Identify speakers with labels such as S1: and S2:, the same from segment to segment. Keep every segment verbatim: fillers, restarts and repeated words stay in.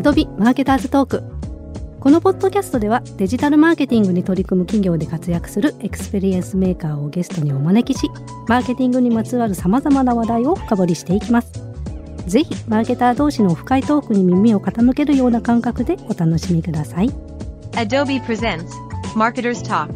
S1: Adobe マーケターズトーク。このポッドキャストではデジタルマーケティングに取り組む企業で活躍するエクスペリエンスメーカーをゲストにお招きし、マーケティングにまつわるさまざまな話題を深掘りしていきます。ぜひマーケター同士の深いトークに耳を傾けるような感覚でお楽しみください。
S2: Adobe presents Marketers Talk。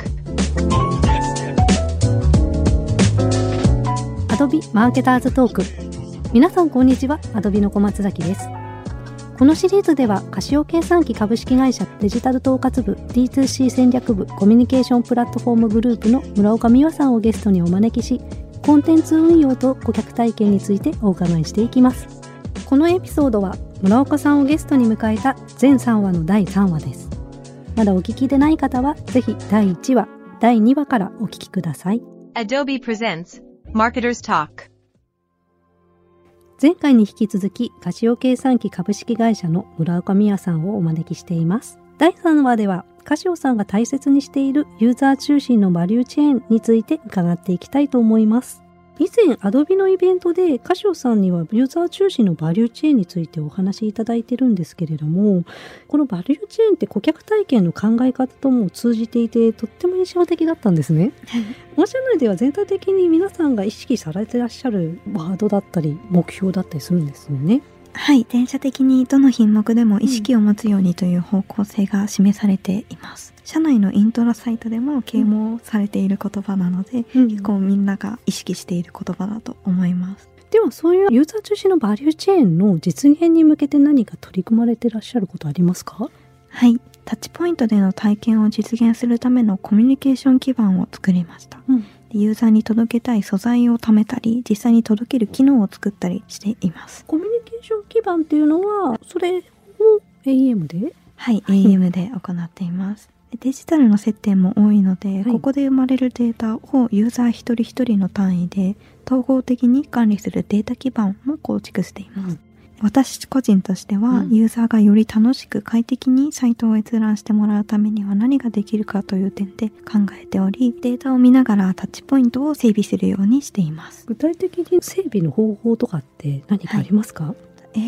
S1: Adobe マーケターズトーク。皆さんこんにちは、Adobeの小松崎です。このシリーズではカシオ計算機株式会社デジタル統括部 ディーツーシー 戦略部コミュニケーションプラットフォームグループの村岡美和さんをゲストにお招きし、コンテンツ運用と顧客体験についてお伺いしていきます。このエピソードは村岡さんをゲストに迎えた全さんわのだいさんわです。まだお聞きでない方はぜひだいいちわ、だいにわからお聞きください。
S2: Adobe presents Marketers Talk。
S1: 前回に引き続きカシオ計算機株式会社の村岡美和さんをお招きしています。だいさんわではカシオさんが大切にしているユーザー中心のバリューチェーンについて伺っていきたいと思います。以前 Adobe のイベントでカシオさんにはユーザー中心のバリューチェーンについてお話しいただいてるんですけれども、このバリューチェーンって顧客体験の考え方とも通じていてとっても印象的だったんですね。御社内では全体的に皆さんが意識されていらっしゃるワードだったり目標だったりするんですよね。
S3: はい、全社的にどの品目でも意識を持つようにという方向性が示されています。うん、社内のイントロサイトでも啓蒙されている言葉なので、うん、結構みんなが意識している言葉だと思います。
S1: ではそういうユーザー中心のバリューチェーンの実現に向けて何か取り組まれていらっしゃることありますか？
S3: はい、タッチポイントでの体験を実現するためのコミュニケーション基盤を作りました。うん、ユーザーに届けたい素材を貯めたり、実際に届ける機能を作ったりしています。
S1: コミュニケーション基盤っていうのはそれを エーイーエム で？
S3: はい、はい、エーイーエム で行っています。デジタルの接点も多いので、はい、ここで生まれるデータをユーザー一人一人の単位で統合的に管理するデータ基盤も構築しています。うん、私個人としては、うん、ユーザーがより楽しく快適にサイトを閲覧してもらうためには何ができるかという点で考えており、データを見ながらタッチポイントを整備するようにしています。
S1: 具体的に整備の方法とかって何かありますか？はい、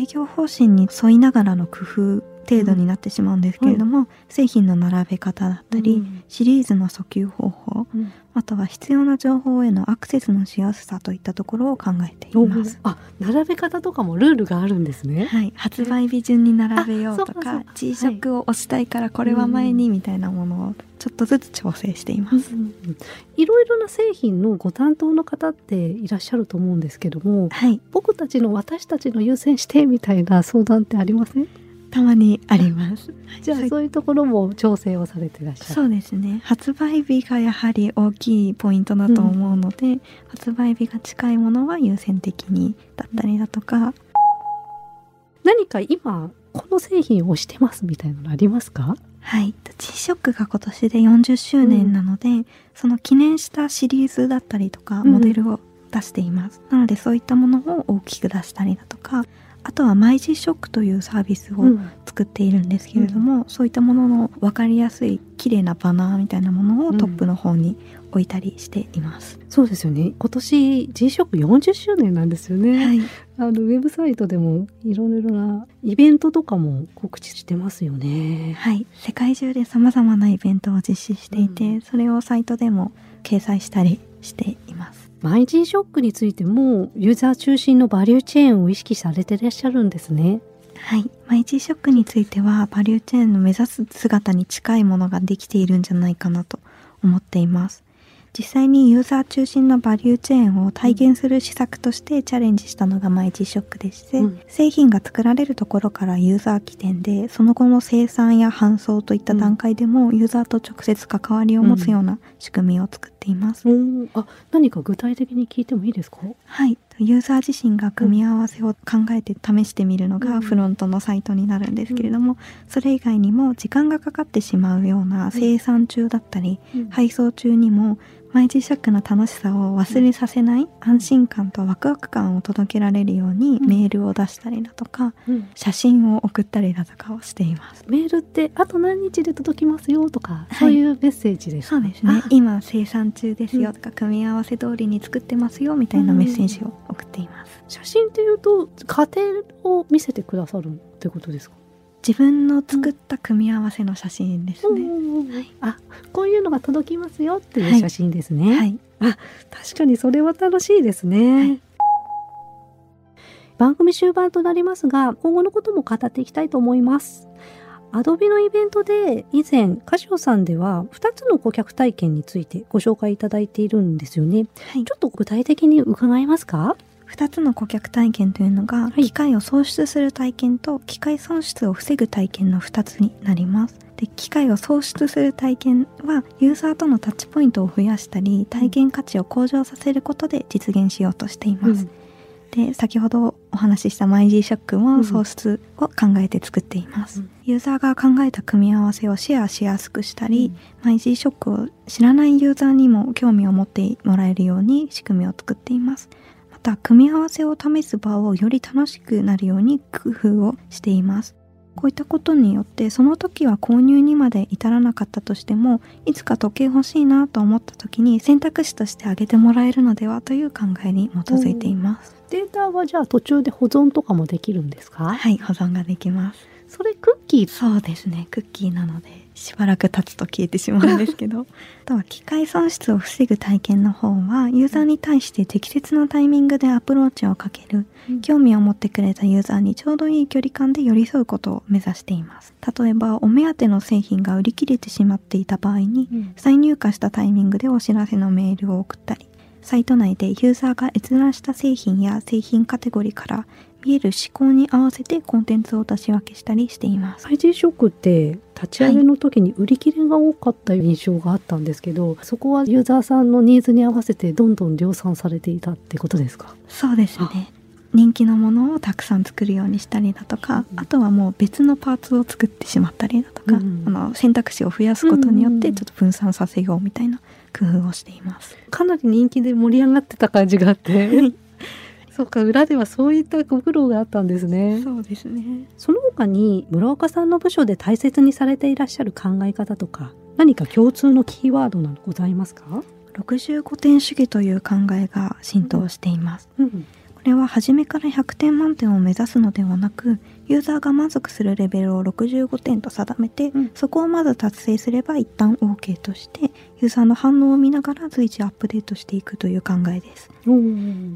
S3: 営業方針に沿いながらの工夫程度になってしまうんですけれども、うん、製品の並べ方だったり、うん、シリーズの訴求方法、うん、あとは必要な情報へのアクセスのしやすさといったところを考えています。
S1: あ、並べ方とかもルールがあるんですね。
S3: はい、発売日順に並べようとか、G ショックを押したいからこれは前にみたいなものをちょっとずつ調整しています。うんうんうん、
S1: いろいろな製品のご担当の方っていらっしゃると思うんですけども、はい、僕たちの私たちの優先してみたいな相談ってありません？
S3: たまにあります。
S1: じゃあそういうところも調整をされていらっしゃる？
S3: そうですね。発売日がやはり大きいポイントだと思うので、うん、発売日が近いものは優先的にだったりだとか。
S1: 何か今この製品を推してますみたいなのありますか？
S3: はい、G ショックが今年でよんじゅっしゅうねんなので、うん、その記念したシリーズだったりとかモデルを出しています。うん、なのでそういったものを大きく出したりだとか、あとはマイ G ショックというサービスを作っているんですけれども、うん、そういったものの分かりやすい綺麗なバナーみたいなものをトップの方に置いたりしています。
S1: うん、そうですよね。今年 G ショックよんじゅっしゅうねんなんですよね。はい、あのウェブサイトでもいろいろなイベントとかも告知してますよね。
S3: はい、世界中で様々なイベントを実施していて、うん、それをサイトでも掲載したりしています。
S1: マイ G ショックについてもユーザー中心のバリューチェーンを意識されていらっしゃるんですね。
S3: はい、マイ G ショックについてはバリューチェーンの目指す姿に近いものができているんじゃないかなと思っています。実際にユーザー中心のバリューチェーンを体現する施策としてチャレンジしたのがマイ G ショックでして、うん、製品が作られるところからユーザー起点で、その後の生産や搬送といった段階でもユーザーと直接関わりを持つような仕組みを作っています。
S1: うんうん、あ、何か具体的に聞いてもいいですか？
S3: はい、ユーザー自身が組み合わせを考えて試してみるのがフロントのサイトになるんですけれども、それ以外にも時間がかかってしまうような生産中だったり、配送中にもマイ G ショックの楽しさを忘れさせない安心感とワクワク感を届けられるようにメールを出したりだとか、うん、写真を送ったりだとかをしています。
S1: メールってあと何日で届きますよとか、はい、そういうメッセージですか？
S3: そうですね。今生産中ですよとか、うん、組み合わせ通りに作ってますよみたいなメッセージを送っています。
S1: 写真っていうと家庭を見せてくださるってことですか？
S3: 自分の作った組み合わせの写真ですね、
S1: うんはい、あ、こういうのが届きますよっていう写真ですね、
S3: はいはい、
S1: あ、確かにそれは楽しいですね、はい、番組終盤となりますが、今後のことも語っていきたいと思います。アドビのイベントで以前カシオさんではふたつの顧客体験についてご紹介いただいているんですよね、はい、ちょっと具体的に伺えますか？
S3: ふたつの顧客体験というのが、はい、機械を創出する体験と機械損失を防ぐ体験のふたつになります。で、機械を創出する体験はユーザーとのタッチポイントを増やしたり体験価値を向上させることで実現しようとしています、うん、で、先ほどお話しした マイジー ショックも創出を考えて作っています、うん、ユーザーが考えた組み合わせをシェアしやすくしたり、うん、マイジー ショックを知らないユーザーにも興味を持ってもらえるように仕組みを作っています。また組み合わせを試す場をより楽しくなるように工夫をしています。こういったことによってその時は購入にまで至らなかったとしても、いつか時計欲しいなと思った時に選択肢として挙げてもらえるのではという考えに基づいています。
S1: データはじゃあ途中で保存とかもできるんですか？
S3: はい、保存ができます。
S1: それクッキー？
S3: そうですね、クッキーなのでしばらく経つと消えてしまうんですけどあとは機械損失を防ぐ体験の方はユーザーに対して適切なタイミングでアプローチをかける、うん、興味を持ってくれたユーザーにちょうどいい距離感で寄り添うことを目指しています。例えばお目当ての製品が売り切れてしまっていた場合に、うん、再入荷したタイミングでお知らせのメールを送ったり、サイト内でユーザーが閲覧した製品や製品カテゴリーから見える思考に合わせてコンテンツを出し分けしたりしています。
S1: マイジー ショックって立ち上げの時に売り切れが多かった印象があったんですけど、はい、そこはユーザーさんのニーズに合わせてどんどん量産されていたってことですか？
S3: そうですね。人気のものをたくさん作るようにしたりだとか、うん、あとはもう別のパーツを作ってしまったりだとか、うん、あの選択肢を増やすことによってちょっと分散させようみたいな工夫をしています。
S1: かなり人気で盛り上がってた感じがあってそうか、裏ではそういったご苦労があったんですね。
S3: そうですね。
S1: その他に村岡さんの部署で大切にされていらっしゃる考え方とか何か共通のキーワードなどございますか？
S3: ろくじゅうごてん主義という考えが浸透しています、うんうん、これは初めからひゃくてん満点を目指すのではなく、ユーザーが満足するレベルをろくじゅうごてんと定めて、うん、そこをまず達成すれば一旦 OK としてユーザーの反応を見ながら随時アップデートしていくという考えです、うん、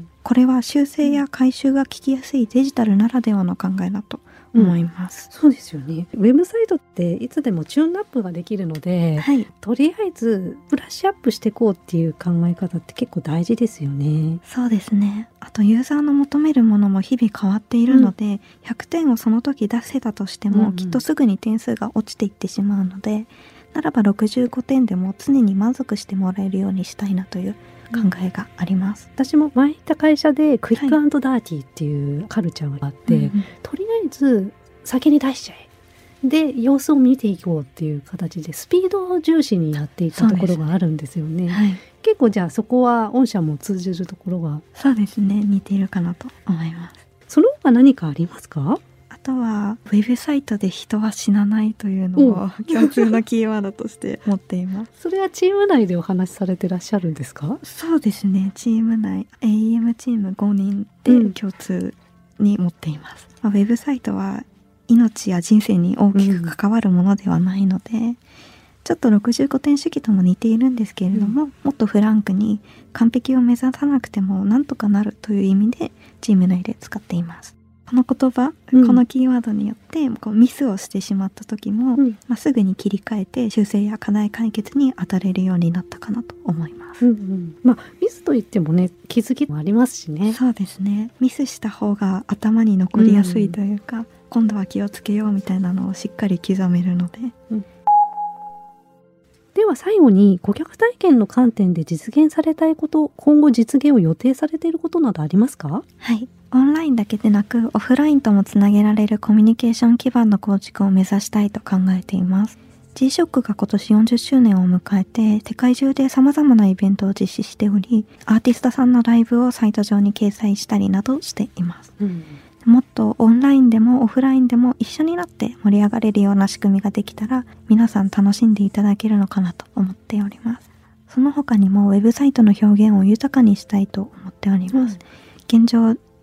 S3: これは修正や改修が聞きやすいデジタルならではの考えだと思います、
S1: うん、そうですよね。ウェブサイトっていつでもチューンアップができるので、はい、とりあえずブラッシュアップしていこうっていう考え方って結構大事ですよね。
S3: そうですね。あとユーザーの求めるものも日々変わっているので、うん、ひゃくてんをその時出せたとしても、うんうん、きっとすぐに点数が落ちていってしまうので、ならばろくじゅうごてんでも常に満足してもらえるようにしたいなという考えがあります、
S1: うん、私も前行った会社でクイック&ダーティーっていうカルチャーがあって、はい、うんうん、とりあえず先に出しちゃえで様子を見ていこうっていう形でスピードを重視にやっていたところがあるんですよね、はい、結構じゃあそこは御社も通じるところが。
S3: そうですね、似ているかなと思います。
S1: その他何かありますか？
S3: あとはウェブサイトで人は死なないというのを共通のキーワードとして持っています
S1: それはチーム内でお話しされてらっしゃるんですか？
S3: そうですね、チーム内 エーイーエム チームごにんで共通に持っています、うん、まあ、ウェブサイトは命や人生に大きく関わるものではないので、うん、ちょっとろくじゅうごてん主義とも似ているんですけれども、うん、もっとフランクに完璧を目指さなくてもなんとかなるという意味でチーム内で使っています。この言葉、うん、このキーワードによってこうミスをしてしまった時も、うん、まあ、すぐに切り替えて修正や課題解決に当たれるようになったかなと思います、うんうん、
S1: まあ、ミスといってもね気づきもありますしね。
S3: そうですね、ミスした方が頭に残りやすいというか、うん、今度は気をつけようみたいなのをしっかり刻めるので、うん、
S1: では最後に顧客体験の観点で実現されたいこと、今後実現を予定されていることなどありますか？
S3: はい、オンラインだけでなくオフラインともつなげられるコミュニケーション基盤の構築を目指したいと考えています。 G-ショック が今年よんじゅっしゅうねんを迎えて世界中で様々なイベントを実施しており、アーティストさんのライブをサイト上に掲載したりなどしています、うん、もっとオンラインでもオフラインでも一緒になって盛り上がれるような仕組みができたら皆さん楽しんでいただけるのかなと思っております。その他にもウェブサイトの表現を豊かにしたいと思っております、うん、現状ウ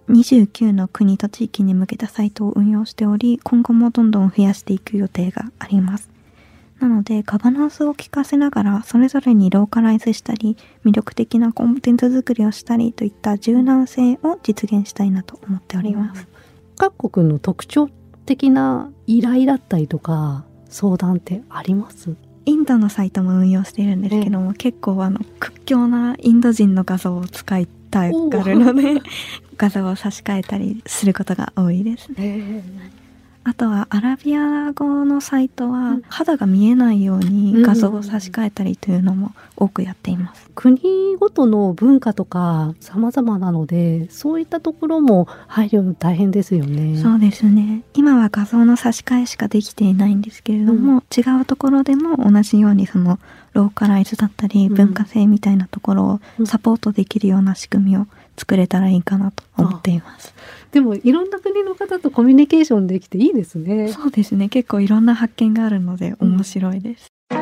S3: にじゅうきゅうの国と地域に向けたサイトを運用しており、今後もどんどん増やしていく予定があります。なのでガバナンスを効かせながらそれぞれにローカライズしたり魅力的なコンテンツ作りをしたりといった柔軟性を実現したいなと思っております。
S1: 各国の特徴的な依頼だったりとか相談ってあります？
S3: インドのサイトも運用しているんですけども、結構あの屈強なインド人の画像を使いたがるので画像を差し替えたりすることが多いですね。あとはアラビア語のサイトは肌が見えないように画像を差し替えたりというのも多くやっています。
S1: うん、国ごとの文化とか様々なので、そういったところも配慮大変ですよね。
S3: そうですね。今は画像の差し替えしかできていないんですけれども、うん、違うところでも同じようにそのローカライズだったり文化性みたいなところをサポートできるような仕組みを作れたらいいかなと思っています。
S1: でもいろんな国の方とコミュニケーションできていいですね。
S3: そうですね。結構いろんな発見があるので面白いです。うん、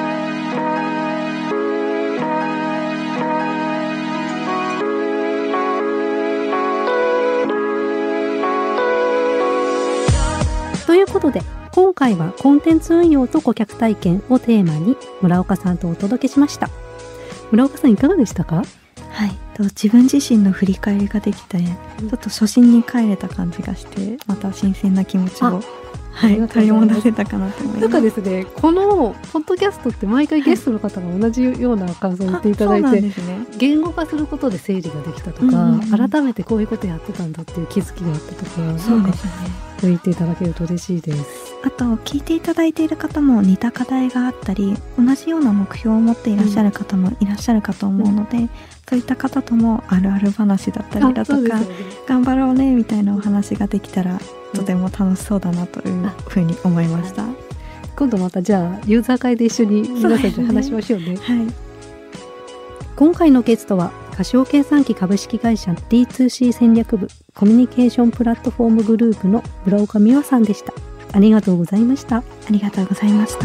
S1: ということで今回はコンテンツ運用と顧客体験をテーマに村岡さんとお届けしました。村岡さんいかがでしたか？
S3: はい、自分自身の振り返りができて、ちょっと初心に帰れた感じがして、また新鮮な気持ちを、はい、取り戻せたかなと思います。
S1: なんかですね、このポッドキャストって毎回ゲストの方が同じような感想を言っていただいて、はい、そうなんですね、言語化することで整理ができたとか、うんうんうん、改めてこういうことやってたんだっていう気づきがあったとか、
S3: そうですね、
S1: 言っていただけると嬉しいです。
S3: あと聞いていただいている方も似た課題があったり、同じような目標を持っていらっしゃる方もいらっしゃるかと思うので、うん、そういった方ともあるある話だったりだとか、ね、頑張ろうねみたいなお話ができたらとても楽しそうだなというふうに思いました。
S1: 今度またじゃあユーザー会で一緒に皆さんで話しましょうね。
S3: はい、
S1: 今回のゲストはカシオ計算機株式会社 ディーツーシー 戦略部コミュニケーションプラットフォームグループの村岡美和さんでした。ありがとうございました。
S3: ありがとうございました。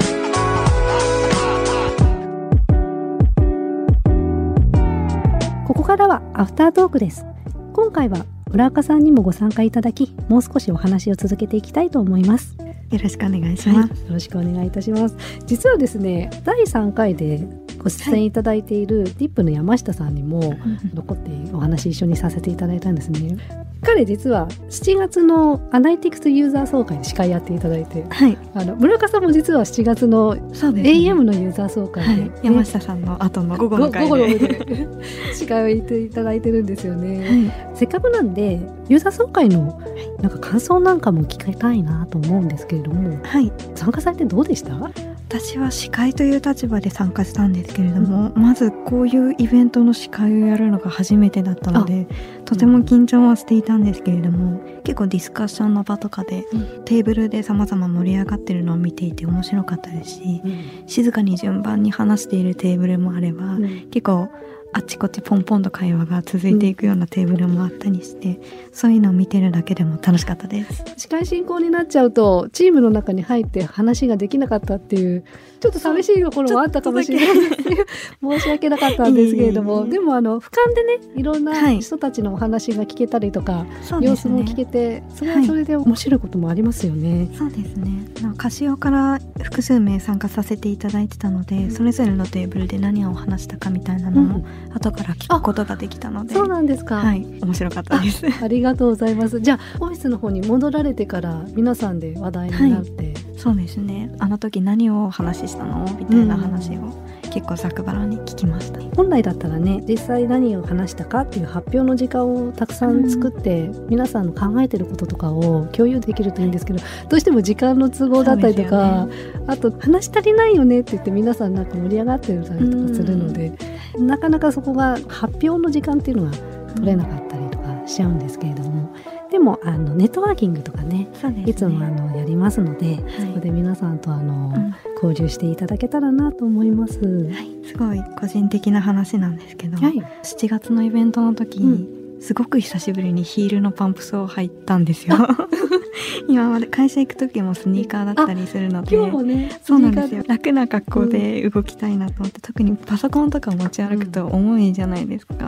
S1: ここからはアフタートークです。今回は村岡さんにもご参加いただき、もう少しお話を続けていきたいと思います。
S3: よろしくお願いします。
S1: はい、よろしくお願いいたします。実はですね、だいさんかいでご出演いただいているディップの山下さんにも残ってお話一緒にさせていただいたんですね。彼実はしちがつのアナリティクスユーザー総会で司会やっていただいて、はい、あの村岡さんも実はしちがつの エーエム のユーザー総会で、ね、
S3: はい、山下さんの後の午後の会で
S1: で司会を言っていただいてるんですよね。はい、せっかくなんでユーザー総会のなんか感想なんかも聞きたいなと思うんですけれども、はい、参加されてどうでした？
S3: 私は司会という立場で参加したんですけれども、うん、まずこういうイベントの司会をやるのが初めてだったのでとても緊張はしていたんですけれども、うん、結構ディスカッションの場とかで、うん、テーブルで様々盛り上がってるのを見ていて面白かったですし、うん、静かに順番に話しているテーブルもあれば、うん、結構あっちこっちポンポンと会話が続いていくようなテーブルもあったりして、うん、そういうのを見てるだけでも楽しかったです。
S1: 司会進行になっちゃうとチームの中に入って話ができなかったっていうちょっと寂しいところもあったかもしれないです申し訳なかったんですけれども、でもあの俯瞰でねいろんな人たちのお話が聞けたりとか、はい、様子も聞けて、それはそれで面白いこともありますよね。
S3: はい、そうですね。カシオから複数名参加させていただいてたので、うん、それぞれのテーブルで何を話したかみたいなのも、うん、後から聞くことができたので。
S1: そうなんですか。
S3: はい、面白かったです。
S1: あ, ありがとうございます。じゃあオフィスの方に戻られてから皆さんで話題になって、はい、
S3: そうですね。あの時何をお話ししたのみたいな話を結構ざくばらに聞きました。
S1: 本来だったらね、実際何を話したかっていう発表の時間をたくさん作って、うん、皆さんの考えてることとかを共有できるといいんですけど、どうしても時間の都合だったりとか、ね、あと話し足りないよねって言って皆さんなんか盛り上がってたりとかするので、うん、なかなかそこが発表の時間っていうのが取れなかったりとかしちゃうんですけれども、でもあのネットワーキングとか ね, ねいつもあのやりますので、はい、そこで皆さんとあの、うん、交流していただけたらなと思います。
S3: はい、すごい個人的な話なんですけど、はい、しちがつのイベントの時に、うん、すごく久しぶりにヒールのパンプスを履いたんですよ今まで会社行く時もスニーカーだったりするので、
S1: 今日もね、
S3: そうなんですよ。楽な格好で動きたいなと思って、うん、特にパソコンとか持ち歩くと重いじゃないですか、うん、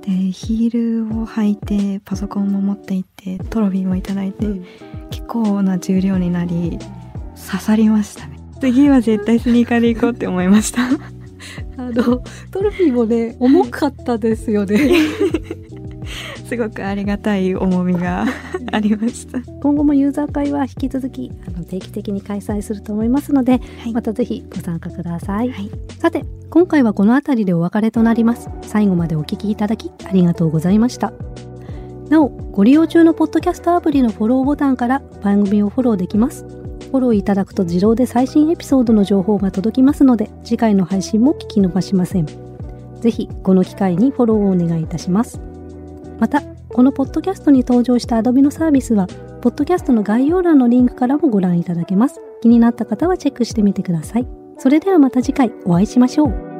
S3: でヒールを履いてパソコンも持っていってトロフィーもいただいて、うん、結構な重量になり刺さりましたね。次は絶対スニーカーで行こうって思いました
S1: あのトロフィーもね重かったですよね
S3: すごくありがたい重みがありました。
S1: 今後もユーザー会は引き続きあの定期的に開催すると思いますので、はい、またぜひご参加ください、はい、さて今回はこのあたりでお別れとなります。最後までお聞きいただきありがとうございました。なおご利用中のポッドキャストアプリのフォローボタンから番組をフォローできます。フォローいただくと自動で最新エピソードの情報が届きますので次回の配信も聞き逃しません。ぜひこの機会にフォローをお願いいたします。またこのポッドキャストに登場した Adobe のサービスはポッドキャストの概要欄のリンクからもご覧いただけます。気になった方はチェックしてみてください。それではまた次回お会いしましょう。